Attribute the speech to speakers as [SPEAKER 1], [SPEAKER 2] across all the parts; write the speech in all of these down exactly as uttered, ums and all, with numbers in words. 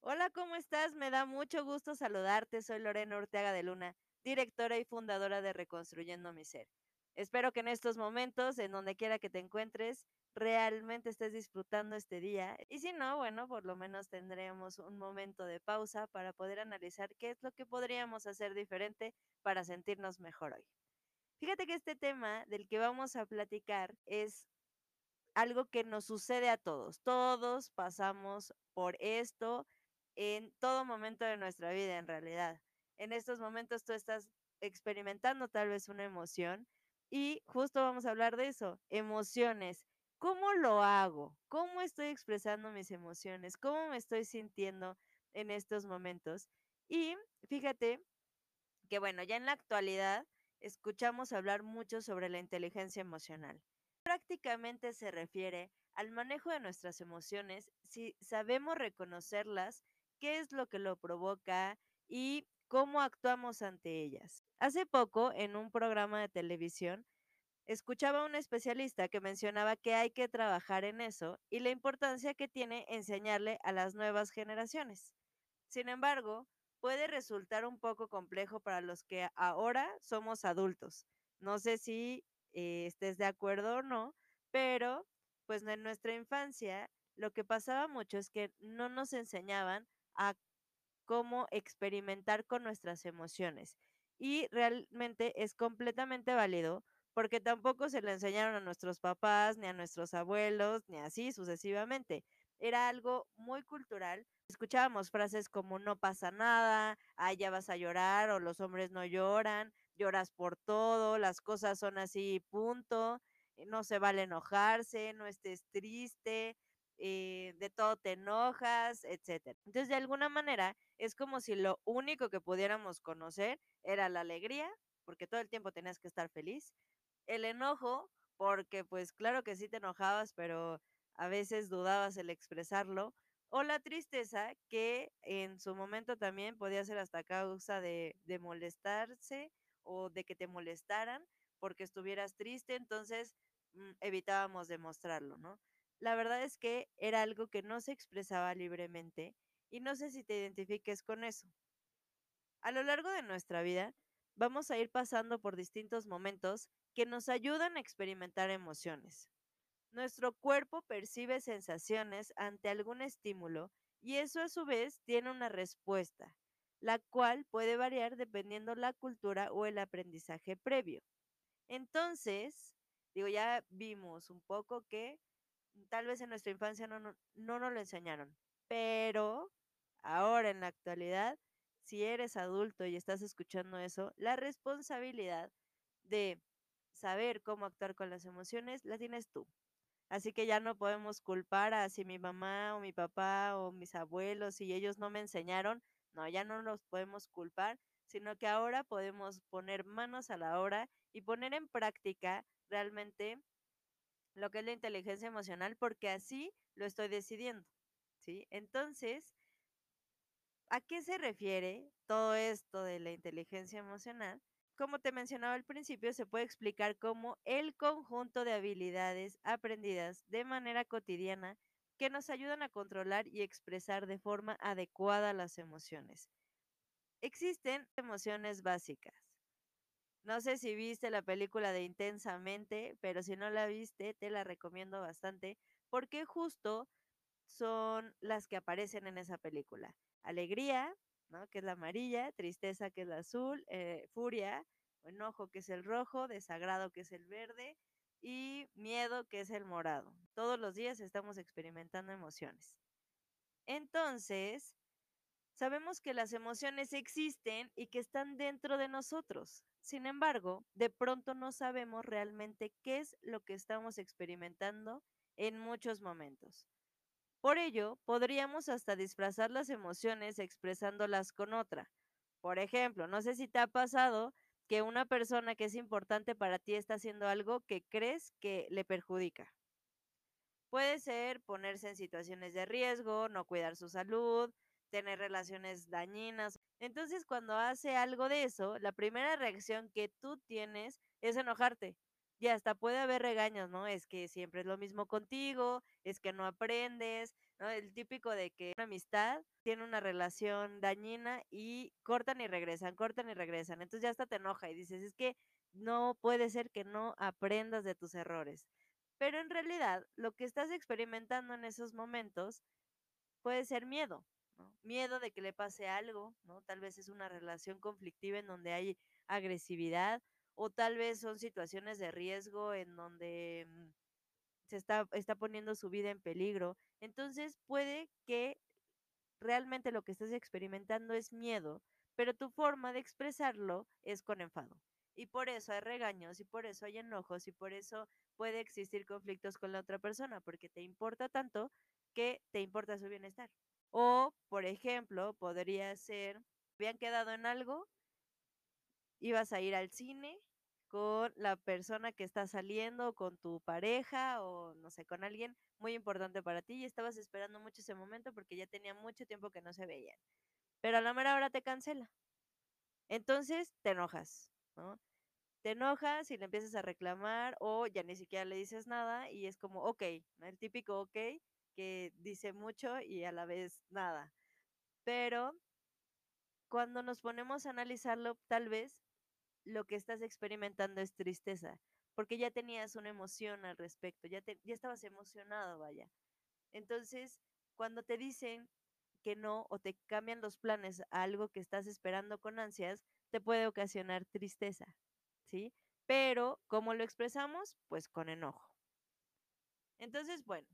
[SPEAKER 1] Hola, ¿cómo estás? Me da mucho gusto saludarte. Soy Lorena Ortega de Luna, directora y fundadora de Reconstruyendo mi Ser. Espero que en estos momentos, en donde quiera que te encuentres, realmente estés disfrutando este día. Y si no, bueno, por lo menos tendremos un momento de pausa para poder analizar qué es lo que podríamos hacer diferente para sentirnos mejor hoy. Fíjate que este tema del que vamos a platicar es algo que nos sucede a todos. Todos pasamos por esto en todo momento de nuestra vida, en realidad. En estos momentos tú estás experimentando tal vez una emoción y justo vamos a hablar de eso, emociones. ¿Cómo lo hago? ¿Cómo estoy expresando mis emociones? ¿Cómo me estoy sintiendo en estos momentos? Y fíjate que, bueno, ya en la actualidad escuchamos hablar mucho sobre la inteligencia emocional. Prácticamente se refiere al manejo de nuestras emociones si sabemos reconocerlas, qué es lo que lo provoca y cómo actuamos ante ellas. Hace poco, en un programa de televisión, escuchaba a un especialista que mencionaba que hay que trabajar en eso y la importancia que tiene enseñarle a las nuevas generaciones. Sin embargo, puede resultar un poco complejo para los que ahora somos adultos. No sé si eh, estés de acuerdo o no, pero pues en nuestra infancia lo que pasaba mucho es que no nos enseñaban a cómo experimentar con nuestras emociones. Y realmente es completamente válido porque tampoco se le enseñaron a nuestros papás, ni a nuestros abuelos, ni así sucesivamente. Era algo muy cultural. Escuchábamos frases como no pasa nada, ay, ya vas a llorar, o los hombres no lloran, lloras por todo, las cosas son así, punto, eh, no se vale enojarse, no estés triste, eh, de todo te enojas, etcétera. Entonces, de alguna manera, es como si lo único que pudiéramos conocer era la alegría, porque todo el tiempo tenías que estar feliz, el enojo, porque pues claro que sí te enojabas, pero a veces dudabas el expresarlo, o la tristeza, que en su momento también podía ser hasta causa de, de molestarse o de que te molestaran porque estuvieras triste, entonces mm, evitábamos demostrarlo, ¿no? La verdad es que era algo que no se expresaba libremente y no sé si te identifiques con eso. A lo largo de nuestra vida, vamos a ir pasando por distintos momentos que nos ayudan a experimentar emociones. Nuestro cuerpo percibe sensaciones ante algún estímulo y eso a su vez tiene una respuesta, la cual puede variar dependiendo la cultura o el aprendizaje previo. Entonces, digo, ya vimos un poco que tal vez en nuestra infancia no, no, no nos lo enseñaron, pero ahora en la actualidad, si eres adulto y estás escuchando eso, la responsabilidad de saber cómo actuar con las emociones la tienes tú. Así que ya no podemos culpar a si mi mamá o mi papá o mis abuelos, si ellos no me enseñaron, no, ya no los podemos culpar, sino que ahora podemos poner manos a la obra y poner en práctica realmente lo que es la inteligencia emocional, porque así lo estoy decidiendo, ¿sí? Entonces, ¿a qué se refiere todo esto de la inteligencia emocional? Como te mencionaba al principio, se puede explicar como el conjunto de habilidades aprendidas de manera cotidiana que nos ayudan a controlar y expresar de forma adecuada las emociones. Existen emociones básicas. No sé si viste la película de Intensamente, pero si no la viste, te la recomiendo bastante porque justo son las que aparecen en esa película. Alegría, ¿no? Que es la amarilla, tristeza, que es la azul, eh, furia, o enojo, que es el rojo, desagrado, que es el verde, y miedo, que es el morado. Todos los días estamos experimentando emociones. Entonces, sabemos que las emociones existen y que están dentro de nosotros. Sin embargo, de pronto no sabemos realmente qué es lo que estamos experimentando en muchos momentos. Por ello, podríamos hasta disfrazar las emociones expresándolas con otra. Por ejemplo, no sé si te ha pasado que una persona que es importante para ti está haciendo algo que crees que le perjudica. Puede ser ponerse en situaciones de riesgo, no cuidar su salud, tener relaciones dañinas. Entonces, cuando hace algo de eso, la primera reacción que tú tienes es enojarte. Y hasta puede haber regaños, ¿no? Es que siempre es lo mismo contigo, es que no aprendes, ¿no? El típico de que una amistad tiene una relación dañina y cortan y regresan, cortan y regresan. Entonces ya hasta te enoja y dices, es que no puede ser que no aprendas de tus errores. Pero en realidad lo que estás experimentando en esos momentos puede ser miedo, ¿no? Miedo de que le pase algo, ¿no? Tal vez es una relación conflictiva en donde hay agresividad o tal vez son situaciones de riesgo en donde mm, se está, está poniendo su vida en peligro. Entonces puede que realmente lo que estás experimentando es miedo, pero tu forma de expresarlo es con enfado. Y por eso hay regaños, y por eso hay enojos, y por eso puede existir conflictos con la otra persona, porque te importa tanto que te importa su bienestar. O, por ejemplo, podría ser, habían quedado en algo, ibas a ir al cine con la persona que está saliendo, con tu pareja o no sé, con alguien muy importante para ti y estabas esperando mucho ese momento porque ya tenía mucho tiempo que no se veían. Pero a la mera hora te cancela. Entonces te enojas, ¿no? Te enojas y le empiezas a reclamar o ya ni siquiera le dices nada y es como, ok, ¿no? El típico ok que dice mucho y a la vez nada. Pero cuando nos ponemos a analizarlo, tal vez lo que estás experimentando es tristeza, porque ya tenías una emoción al respecto, ya, te, ya estabas emocionado, vaya. Entonces, cuando te dicen que no o te cambian los planes a algo que estás esperando con ansias, te puede ocasionar tristeza, ¿sí? Pero, ¿cómo lo expresamos? Pues con enojo. Entonces, bueno,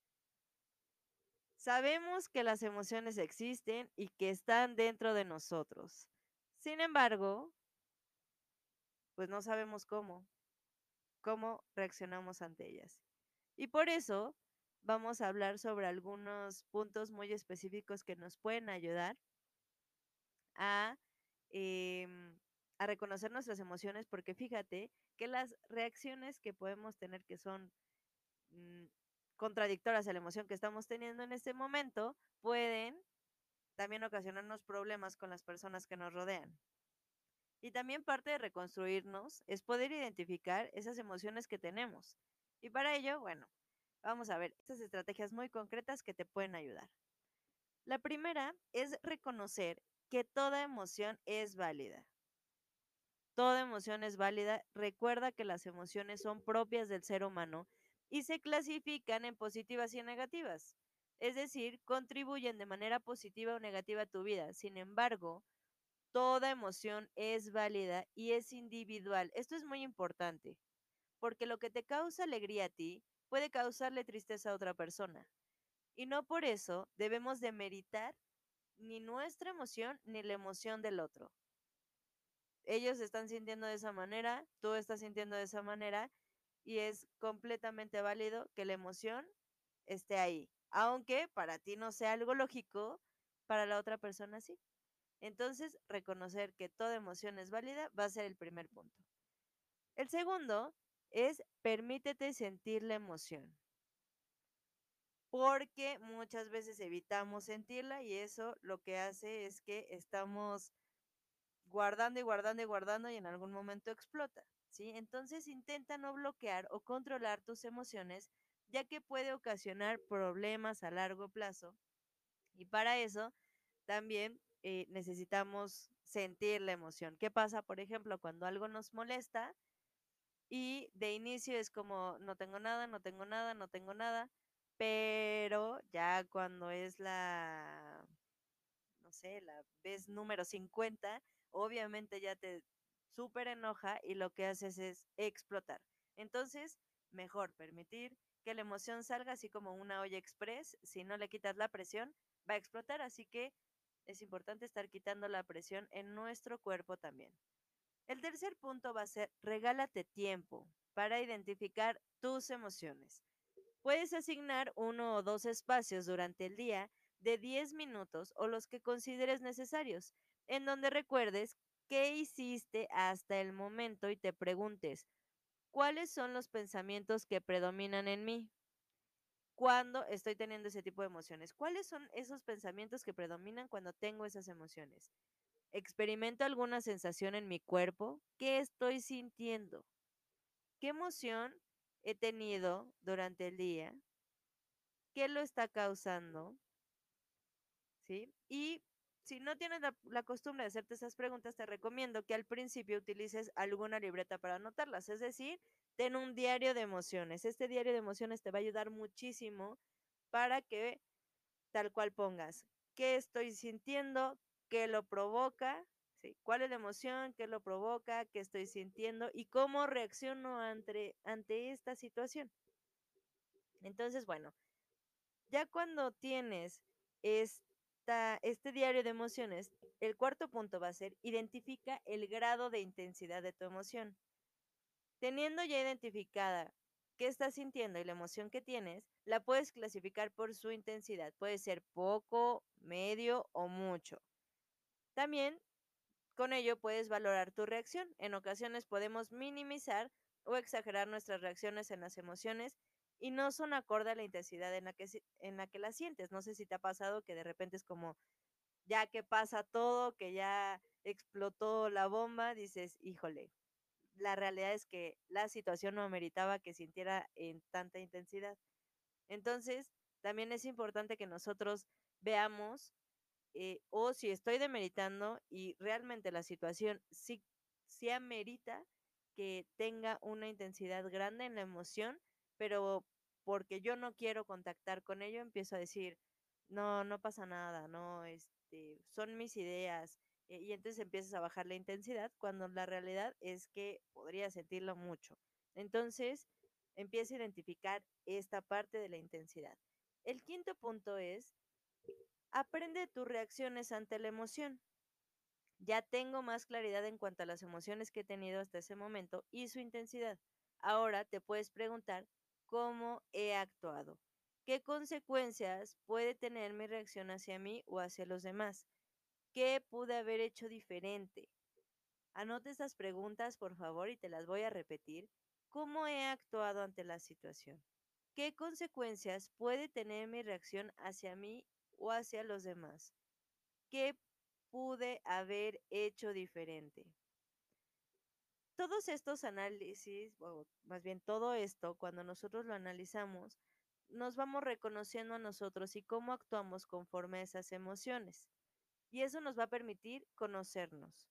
[SPEAKER 1] sabemos que las emociones existen y que están dentro de nosotros. Sin embargo, pues no sabemos cómo, cómo reaccionamos ante ellas. Y por eso vamos a hablar sobre algunos puntos muy específicos que nos pueden ayudar a, em, a reconocer nuestras emociones, porque fíjate que las reacciones que podemos tener que son mm, contradictorias a la emoción que estamos teniendo en este momento, pueden también ocasionarnos problemas con las personas que nos rodean. Y también parte de reconstruirnos es poder identificar esas emociones que tenemos. Y para ello, bueno, vamos a ver estas estrategias muy concretas que te pueden ayudar. La primera es reconocer que toda emoción es válida. Toda emoción es válida. Recuerda que las emociones son propias del ser humano y se clasifican en positivas y en negativas. Es decir, contribuyen de manera positiva o negativa a tu vida. Sin embargo, toda emoción es válida y es individual. Esto es muy importante, porque lo que te causa alegría a ti puede causarle tristeza a otra persona. Y no por eso debemos demeritar ni nuestra emoción ni la emoción del otro. Ellos están sintiendo de esa manera, tú estás sintiendo de esa manera y es completamente válido que la emoción esté ahí. Aunque para ti no sea algo lógico, para la otra persona sí. Entonces, reconocer que toda emoción es válida va a ser el primer punto. El segundo es permítete sentir la emoción, porque muchas veces evitamos sentirla y eso lo que hace es que estamos guardando y guardando y guardando y en algún momento explota, ¿sí? Entonces intenta no bloquear o controlar tus emociones, ya que puede ocasionar problemas a largo plazo. Y para eso también eh, necesitamos sentir la emoción. ¿Qué pasa, por ejemplo, cuando algo nos molesta y de inicio es como, no tengo nada, no tengo nada, no tengo nada, pero ya cuando es la no sé, la vez número cincuenta obviamente ya te súper enoja y lo que haces es explotar. Entonces, mejor permitir que la emoción salga así como una olla express, si no le quitas la presión, va a explotar, así que es importante estar quitando la presión en nuestro cuerpo también. El tercer punto va a ser regálate tiempo para identificar tus emociones. Puedes asignar uno o dos espacios durante el día de diez minutos o los que consideres necesarios, en donde recuerdes qué hiciste hasta el momento y te preguntes, ¿cuáles son los pensamientos que predominan en mí cuando estoy teniendo ese tipo de emociones? ¿Cuáles son esos pensamientos que predominan cuando tengo esas emociones? ¿Experimento alguna sensación en mi cuerpo? ¿Qué estoy sintiendo? ¿Qué emoción he tenido durante el día? qué lo está causando, ¿sí? Y si no tienes la, la costumbre de hacerte esas preguntas, te recomiendo que al principio utilices alguna libreta para anotarlas, es decir, ten un diario de emociones. Este diario de emociones te va a ayudar muchísimo para que tal cual pongas qué estoy sintiendo, qué lo provoca, ¿sí? ¿Cuál es la emoción, qué lo provoca, qué estoy sintiendo y cómo reacciono ante, ante esta situación? Entonces, bueno, ya cuando tienes esta, este diario de emociones, el cuarto punto va a ser identifica el grado de intensidad de tu emoción. Teniendo ya identificada qué estás sintiendo y la emoción que tienes, la puedes clasificar por su intensidad. Puede ser poco, medio o mucho. También con ello puedes valorar tu reacción. En ocasiones podemos minimizar o exagerar nuestras reacciones en las emociones y no son acorde a la intensidad en la que, si- en la que la sientes. No sé si te ha pasado que de repente es como, ya que pasa todo, que ya explotó la bomba, dices, híjole, la realidad es que la situación no ameritaba que sintiera en tanta intensidad. Entonces, también es importante que nosotros veamos eh, o si estoy demeritando y realmente la situación sí, sí amerita que tenga una intensidad grande en la emoción, pero porque yo no quiero contactar con ello, empiezo a decir, no, no pasa nada, no, este, son mis ideas, eh, y entonces empiezas a bajar la intensidad cuando la realidad es que podría sentirlo mucho. Entonces, empieza a identificar esta parte de la intensidad. El quinto punto es aprende tus reacciones ante la emoción. Ya tengo más claridad en cuanto a las emociones que he tenido hasta ese momento y su intensidad. Ahora te puedes preguntar cómo he actuado. ¿Qué consecuencias puede tener mi reacción hacia mí o hacia los demás? ¿Qué pude haber hecho diferente? Anote estas preguntas, por favor, y te las voy a repetir. ¿Cómo he actuado ante la situación? ¿Qué consecuencias puede tener mi reacción hacia mí o hacia los demás? ¿Qué pude haber hecho diferente? Todos estos análisis, o más bien todo esto, cuando nosotros lo analizamos, nos vamos reconociendo a nosotros y cómo actuamos conforme a esas emociones. Y eso nos va a permitir conocernos.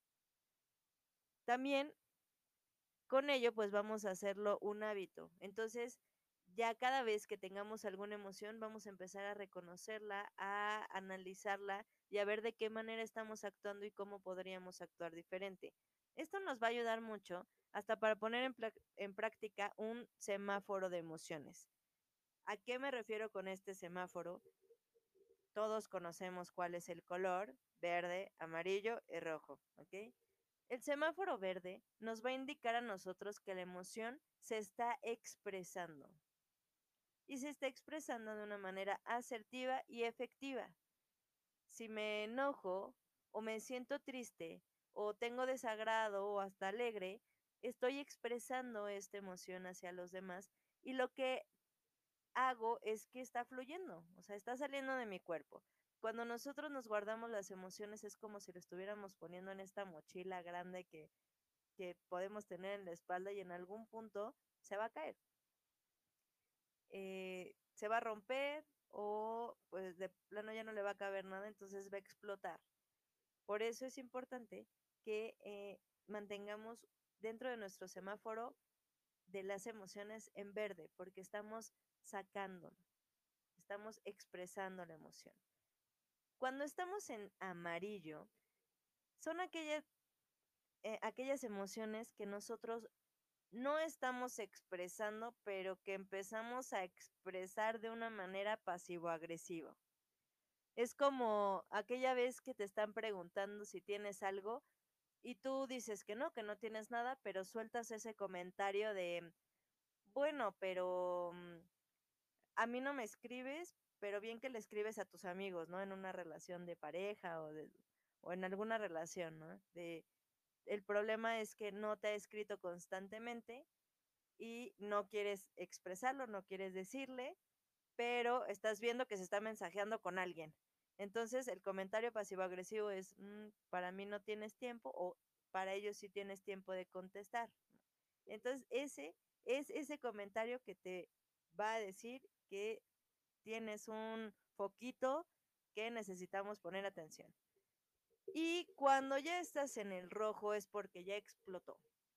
[SPEAKER 1] También con ello, pues vamos a hacerlo un hábito. Entonces, ya cada vez que tengamos alguna emoción, vamos a empezar a reconocerla, a analizarla y a ver de qué manera estamos actuando y cómo podríamos actuar diferente. Esto nos va a ayudar mucho hasta para poner en, pla- en práctica un semáforo de emociones. ¿A qué me refiero con este semáforo? Todos conocemos cuál es el color: verde, amarillo y rojo, ¿ok? El semáforo verde nos va a indicar a nosotros que la emoción se está expresando y se está expresando de una manera asertiva y efectiva. Si me enojo o me siento triste o tengo desagrado o hasta alegre, estoy expresando esta emoción hacia los demás y lo que hago es que está fluyendo, o sea, está saliendo de mi cuerpo. Cuando nosotros nos guardamos las emociones es como si lo estuviéramos poniendo en esta mochila grande que que podemos tener en la espalda y en algún punto se va a caer. Eh, se va a romper o pues de plano ya no le va a caber nada, entonces va a explotar. Por eso es importante que eh, mantengamos dentro de nuestro semáforo de las emociones en verde, porque estamos sacando, estamos expresando la emoción. Cuando estamos en amarillo, son aquellas, eh, aquellas emociones que nosotros no estamos expresando, pero que empezamos a expresar de una manera pasivo-agresiva. Es como aquella vez que te están preguntando si tienes algo y tú dices que no, que no tienes nada, pero sueltas ese comentario de, bueno, pero mm, a mí no me escribes, pero bien que le escribes a tus amigos, ¿no? En una relación de pareja o, de, o en alguna relación, ¿no? De, el problema es que no te ha escrito constantemente y no quieres expresarlo, no quieres decirle, pero estás viendo que se está mensajeando con alguien. Entonces el comentario pasivo-agresivo es, "Mm, para mí no tienes tiempo" o "para ellos sí tienes tiempo de contestar". Entonces ese es ese comentario que te va a decir que tienes un foquito que necesitamos poner atención. Y cuando ya estás en el rojo es porque ya explotó.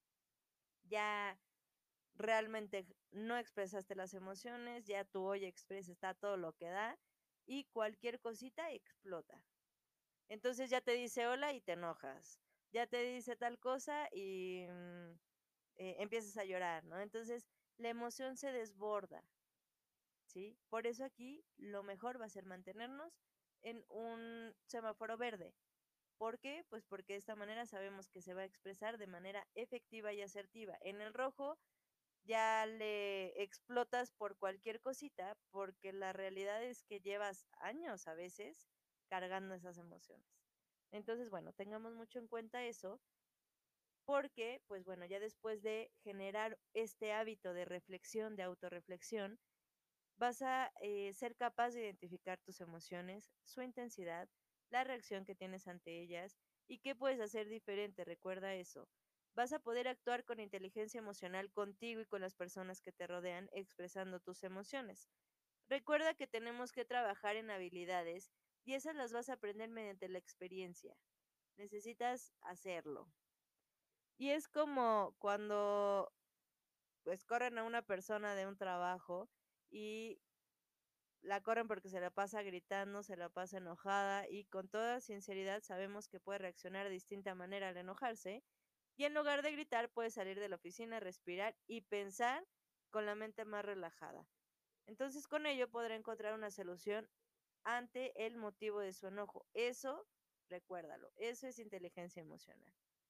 [SPEAKER 1] Ya realmente no expresaste las emociones, ya tu olla expresa está todo lo que da y cualquier cosita explota. Entonces ya te dice hola y te enojas. Ya te dice tal cosa y mm, eh, empiezas a llorar, ¿no? Entonces la emoción se desborda, ¿sí? Por eso aquí lo mejor va a ser mantenernos en un semáforo verde. ¿Por qué? Pues porque de esta manera sabemos que se va a expresar de manera efectiva y asertiva. En el rojo ya le explotas por cualquier cosita, porque la realidad es que llevas años a veces cargando esas emociones. Entonces, bueno, tengamos mucho en cuenta eso, porque, pues bueno, ya después de generar este hábito de reflexión, de autorreflexión, vas a eh, ser capaz de identificar tus emociones, su intensidad, la reacción que tienes ante ellas y qué puedes hacer diferente. Recuerda eso. Vas a poder actuar con inteligencia emocional contigo y con las personas que te rodean expresando tus emociones. Recuerda que tenemos que trabajar en habilidades y esas las vas a aprender mediante la experiencia. Necesitas hacerlo. Y es como cuando pues corren a una persona de un trabajo y la corren porque se la pasa gritando, se la pasa enojada y con toda sinceridad sabemos que puede reaccionar de distinta manera al enojarse y en lugar de gritar puede salir de la oficina, respirar y pensar con la mente más relajada. Entonces con ello podrá encontrar una solución ante el motivo de su enojo. Eso, recuérdalo, eso es inteligencia emocional.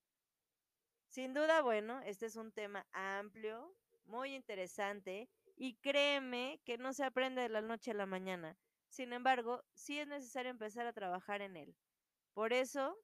[SPEAKER 1] Sin duda, bueno, este es un tema amplio, muy interesante y créeme que no se aprende de la noche a la mañana. Sin embargo, sí es necesario empezar a trabajar en él. Por eso,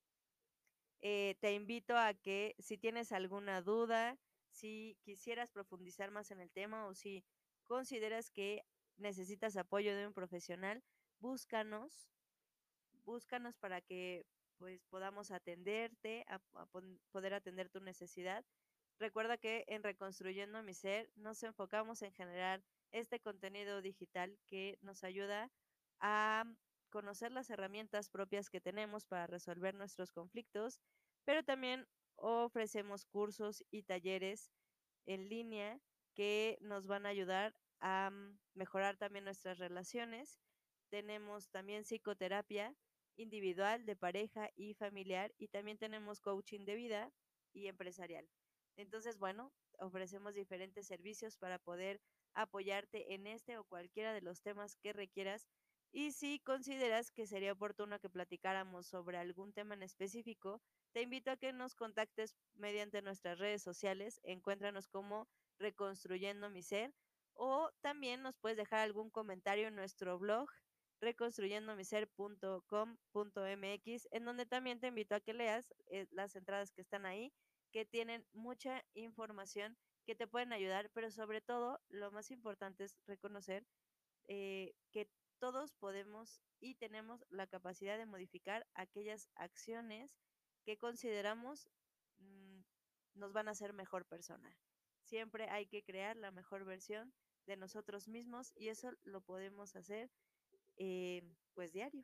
[SPEAKER 1] eh, te invito a que si tienes alguna duda, si quisieras profundizar más en el tema o si consideras que necesitas apoyo de un profesional, búscanos, búscanos para que pues podamos atenderte, a, a pon- poder atender tu necesidad. Recuerda que en Reconstruyendo mi Ser nos enfocamos en generar este contenido digital que nos ayuda a conocer las herramientas propias que tenemos para resolver nuestros conflictos, pero también ofrecemos cursos y talleres en línea que nos van a ayudar a mm, mejorar también nuestras relaciones. Tenemos también psicoterapia individual, de pareja y familiar, y también tenemos coaching de vida y empresarial. Entonces, bueno, ofrecemos diferentes servicios para poder apoyarte en este o cualquiera de los temas que requieras. Y si consideras que sería oportuno que platicáramos sobre algún tema en específico, te invito a que nos contactes mediante nuestras redes sociales. Encuéntranos como Reconstruyendo mi Ser o también nos puedes dejar algún comentario en nuestro blog reconstruyendo mi ser punto com punto m x, en donde también te invito a que leas eh, las entradas que están ahí, que tienen mucha información que te pueden ayudar, pero sobre todo lo más importante es reconocer eh, que todos podemos y tenemos la capacidad de modificar aquellas acciones que consideramos mm, nos van a hacer mejor persona. Siempre hay que crear la mejor versión de nosotros mismos y eso lo podemos hacer eh, pues diario.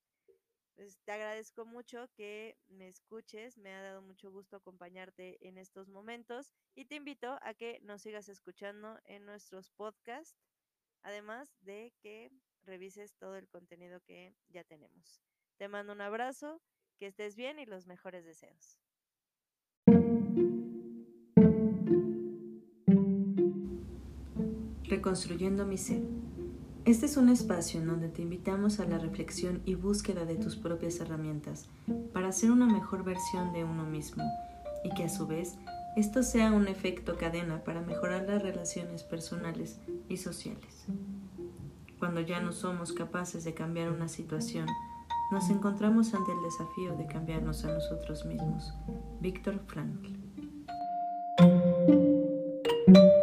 [SPEAKER 1] Pues, te agradezco mucho que me escuches, me ha dado mucho gusto acompañarte en estos momentos y te invito a que nos sigas escuchando en nuestros podcasts, además de que revises todo el contenido que ya tenemos. Te mando un abrazo, que estés bien y los mejores deseos.
[SPEAKER 2] Reconstruyendo mi ser. Este es un espacio en donde te invitamos a la reflexión y búsqueda de tus propias herramientas para ser una mejor versión de uno mismo y que a su vez esto sea un efecto cadena para mejorar las relaciones personales y sociales. Cuando ya no somos capaces de cambiar una situación, nos encontramos ante el desafío de cambiarnos a nosotros mismos. Víctor Frankl.